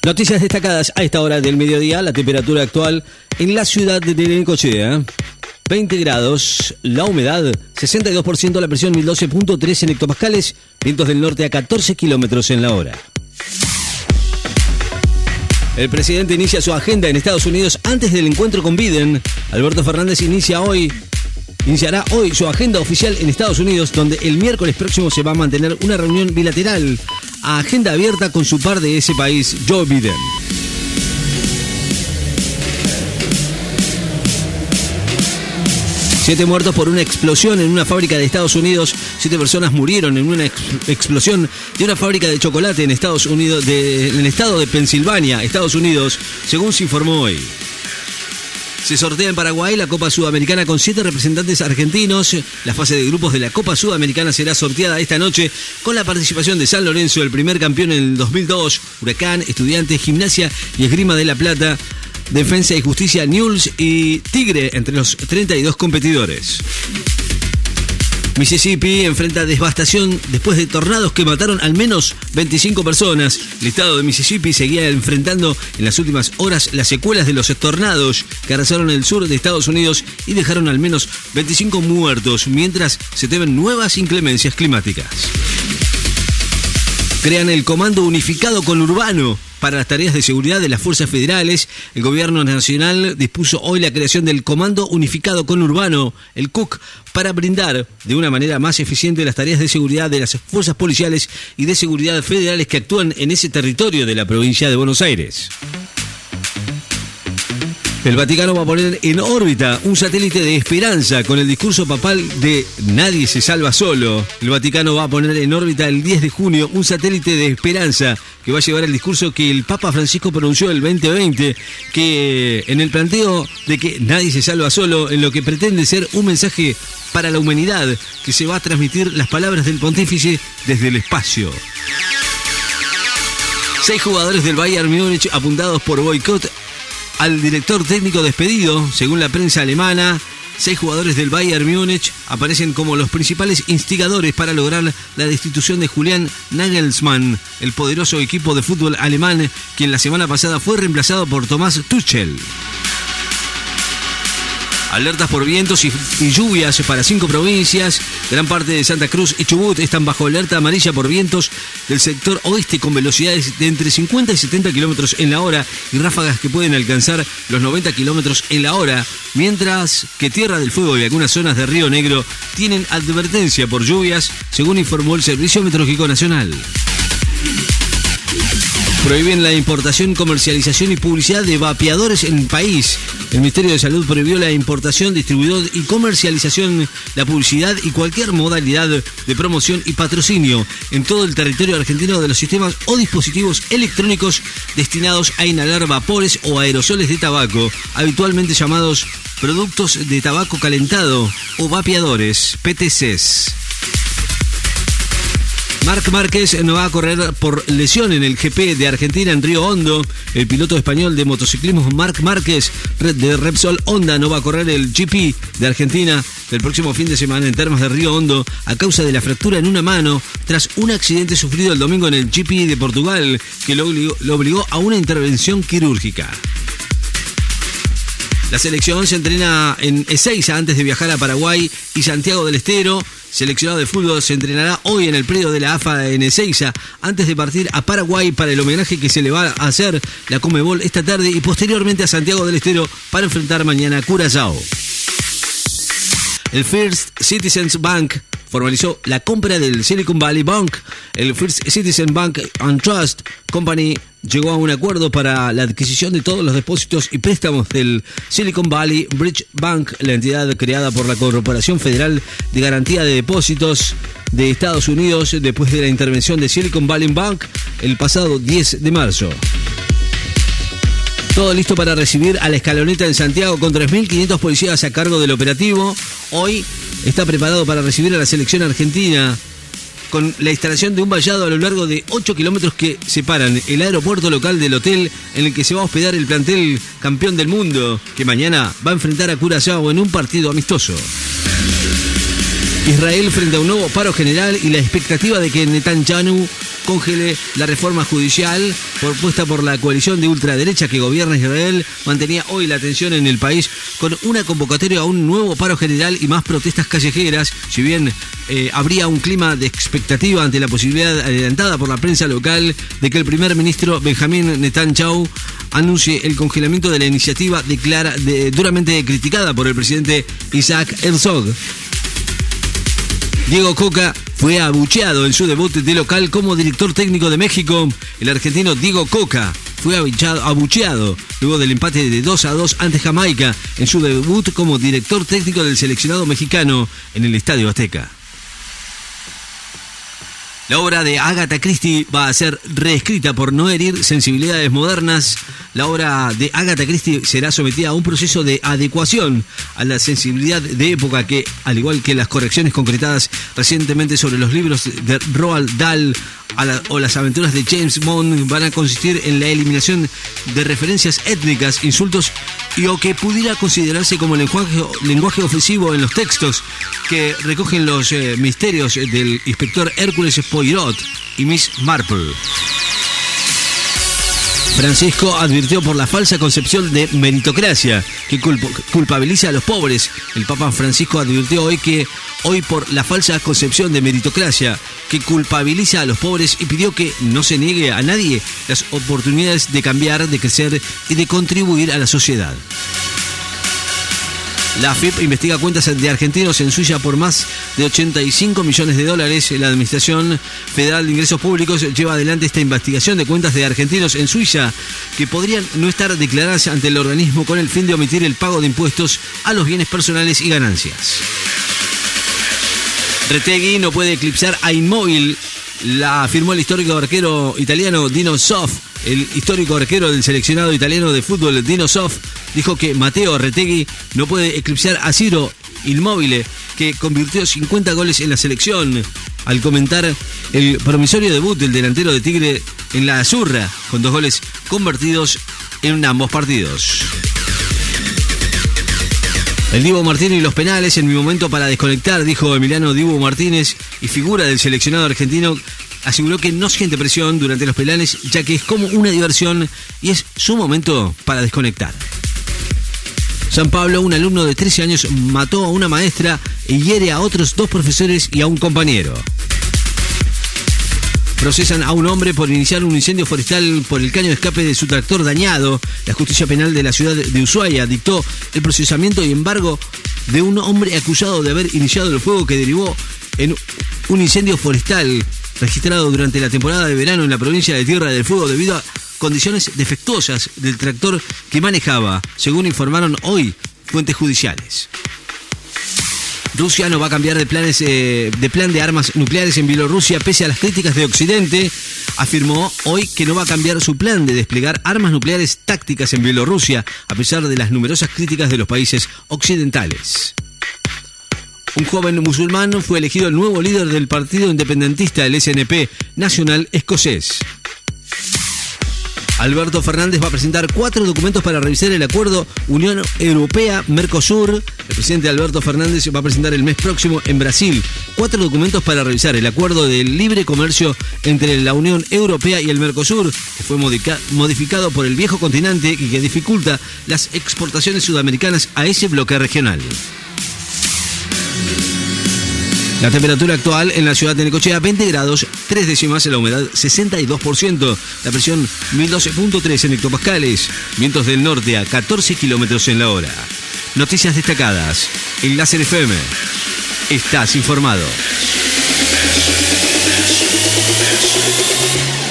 Noticias destacadas a esta hora del mediodía. La temperatura actual en la ciudad de Necochea, 20 grados, la humedad 62%, la presión 1012.3 en hectopascales, vientos del norte a 14 kilómetros en la hora. El presidente inicia su agenda en Estados Unidos antes del encuentro con Biden. Alberto Fernández iniciará hoy su agenda oficial en Estados Unidos, donde el miércoles próximo se va a mantener una reunión bilateral a agenda abierta con su par de ese país, Joe Biden. Siete muertos por una explosión en una fábrica de Estados Unidos. 7 personas murieron en una explosión de una fábrica de chocolate en Estados Unidos, en el estado de Pensilvania, Estados Unidos, según se informó hoy. Se sortea en Paraguay la Copa Sudamericana con 7 representantes argentinos. La fase de grupos de la Copa Sudamericana será sorteada esta noche con la participación de San Lorenzo, el primer campeón en el 2002, Huracán, Estudiantes, Gimnasia y Esgrima de la Plata, Defensa y Justicia, Newell's y Tigre entre los 32 competidores. Mississippi enfrenta devastación después de tornados que mataron al menos 25 personas. El estado de Mississippi seguía enfrentando en las últimas horas las secuelas de los tornados que arrasaron el sur de Estados Unidos y dejaron al menos 25 muertos, mientras se temen nuevas inclemencias climáticas. Crean el Comando Unificado Conurbano para las tareas de seguridad de las fuerzas federales. El gobierno nacional dispuso hoy la creación del Comando Unificado Conurbano, el CUC, para brindar de una manera más eficiente las tareas de seguridad de las fuerzas policiales y de seguridad federales que actúan en ese territorio de la provincia de Buenos Aires. El Vaticano va a poner en órbita un satélite de esperanza con el discurso papal de Nadie se salva solo. El Vaticano va a poner en órbita el 10 de junio un satélite de esperanza que va a llevar el discurso que el Papa Francisco pronunció el 2020, que en el planteo de que nadie se salva solo, en lo que pretende ser un mensaje para la humanidad, que se va a transmitir las palabras del pontífice desde el espacio. 6 jugadores del Bayern Múnich apuntados por boicot al director técnico despedido. Según la prensa alemana, 6 jugadores del Bayern Múnich aparecen como los principales instigadores para lograr la destitución de Julian Nagelsmann, el poderoso equipo de fútbol alemán, quien la semana pasada fue reemplazado por Thomas Tuchel. Alertas por vientos y lluvias para 5 provincias. Gran parte de Santa Cruz y Chubut están bajo alerta amarilla por vientos del sector oeste con velocidades de entre 50 y 70 kilómetros en la hora y ráfagas que pueden alcanzar los 90 kilómetros en la hora, mientras que Tierra del Fuego y algunas zonas de Río Negro tienen advertencia por lluvias, según informó el Servicio Meteorológico Nacional. Prohíben la importación, comercialización y publicidad de vapeadores en el país. El Ministerio de Salud prohibió la importación, distribución y comercialización, la publicidad y cualquier modalidad de promoción y patrocinio en todo el territorio argentino de los sistemas o dispositivos electrónicos destinados a inhalar vapores o aerosoles de tabaco, habitualmente llamados productos de tabaco calentado o vapeadores, PTCs. Marc Márquez no va a correr por lesión en el GP de Argentina en Río Hondo. El piloto español de motociclismo Marc Márquez de Repsol Honda no va a correr el GP de Argentina del próximo fin de semana en Termas de Río Hondo a causa de la fractura en una mano tras un accidente sufrido el domingo en el GP de Portugal que lo obligó a una intervención quirúrgica. La selección se entrena en Ezeiza antes de viajar a Paraguay y Santiago del Estero. Seleccionado de fútbol se entrenará hoy en el predio de la AFA en Ezeiza antes de partir a Paraguay para el homenaje que se le va a hacer la Conmebol esta tarde y posteriormente a Santiago del Estero para enfrentar mañana a Curazao. El First Citizens Bank formalizó la compra del Silicon Valley Bank. El First Citizen Bank and Trust Company llegó a un acuerdo para la adquisición de todos los depósitos y préstamos del Silicon Valley Bridge Bank, la entidad creada por la Corporación Federal de Garantía de Depósitos de Estados Unidos después de la intervención de Silicon Valley Bank el pasado 10 de marzo. Todo listo para recibir a la Escaloneta en Santiago con 3.500 policías a cargo del operativo. Hoy está preparado para recibir a la selección argentina con la instalación de un vallado a lo largo de 8 kilómetros que separan el aeropuerto local del hotel en el que se va a hospedar el plantel campeón del mundo, que mañana va a enfrentar a Curazao en un partido amistoso. Israel frente a un nuevo paro general y la expectativa de que Netanyahu congele la reforma judicial propuesta por la coalición de ultraderecha que gobierna Israel. Mantenía hoy la tensión en el país con una convocatoria a un nuevo paro general y más protestas callejeras. Si bien habría un clima de expectativa ante la posibilidad adelantada por la prensa local de que el primer ministro Benjamín Netanyahu anuncie el congelamiento de la iniciativa duramente criticada por el presidente Isaac Herzog. Diego Coca fue abucheado en su debut de local como director técnico de México. El argentino Diego Coca fue abucheado luego del empate de 2-2 ante Jamaica en su debut como director técnico del seleccionado mexicano en el Estadio Azteca. La obra de Agatha Christie va a ser reescrita por no herir sensibilidades modernas. La obra de Agatha Christie será sometida a un proceso de adecuación a la sensibilidad de época que, al igual que las correcciones concretadas recientemente sobre los libros de Roald Dahl o las aventuras de James Bond, van a consistir en la eliminación de referencias étnicas, insultos y o que pudiera considerarse como lenguaje ofensivo en los textos que recogen los misterios del inspector Hércules Poirot y Miss Marple. Francisco advirtió por la falsa concepción de meritocracia que culpabiliza a los pobres. El Papa Francisco advirtió hoy por la falsa concepción de meritocracia que culpabiliza a los pobres y pidió que no se niegue a nadie las oportunidades de cambiar, de crecer y de contribuir a la sociedad. La AFIP investiga cuentas de argentinos en Suiza por más de $85 millones. La Administración Federal de Ingresos Públicos lleva adelante esta investigación de cuentas de argentinos en Suiza que podrían no estar declaradas ante el organismo con el fin de omitir el pago de impuestos a los bienes personales y ganancias. Retegui no puede eclipsar a Immobile, la afirmó el histórico arquero italiano Dino Zoff. El histórico arquero del seleccionado italiano de fútbol, Dino Zoff, dijo que Matteo Retegui no puede eclipsar a Ciro Immobile, que convirtió 50 goles en la selección, al comentar el promisorio debut del delantero de Tigre en la Azurra, con 2 goles convertidos en ambos partidos. El Dibu Martínez y los penales, en mi momento para desconectar, dijo Emiliano Dibu Martínez, y figura del seleccionado argentino. Aseguró que no siente presión durante los penales, ya que es como una diversión y es su momento para desconectar. San Pablo, un alumno de 13 años, mató a una maestra y hiere a otros 2 profesores y a un compañero. Procesan a un hombre por iniciar un incendio forestal por el caño de escape de su tractor dañado. La justicia penal de la ciudad de Ushuaia dictó el procesamiento y embargo de un hombre acusado de haber iniciado el fuego que derivó en un incendio forestal registrado durante la temporada de verano en la provincia de Tierra del Fuego debido a condiciones defectuosas del tractor que manejaba, según informaron hoy fuentes judiciales. Rusia no va a cambiar de plan de armas nucleares en Bielorrusia pese a las críticas de Occidente. Afirmó hoy que no va a cambiar su plan de desplegar armas nucleares tácticas en Bielorrusia a pesar de las numerosas críticas de los países occidentales. Un joven musulmán fue elegido el nuevo líder del partido independentista, el SNP nacional escocés. Alberto Fernández va a presentar 4 documentos para revisar el acuerdo Unión Europea-Mercosur. El presidente Alberto Fernández va a presentar el mes próximo en Brasil 4 documentos para revisar el acuerdo de libre comercio entre la Unión Europea y el Mercosur, que fue modificado por el viejo continente y que dificulta las exportaciones sudamericanas a ese bloque regional. La temperatura actual en la ciudad de Necochea, 20 grados, 3 décimas, la humedad 62%, la presión 1012.3 en hectopascales, vientos del norte a 14 kilómetros en la hora. Noticias destacadas en Láser FM. Estás informado.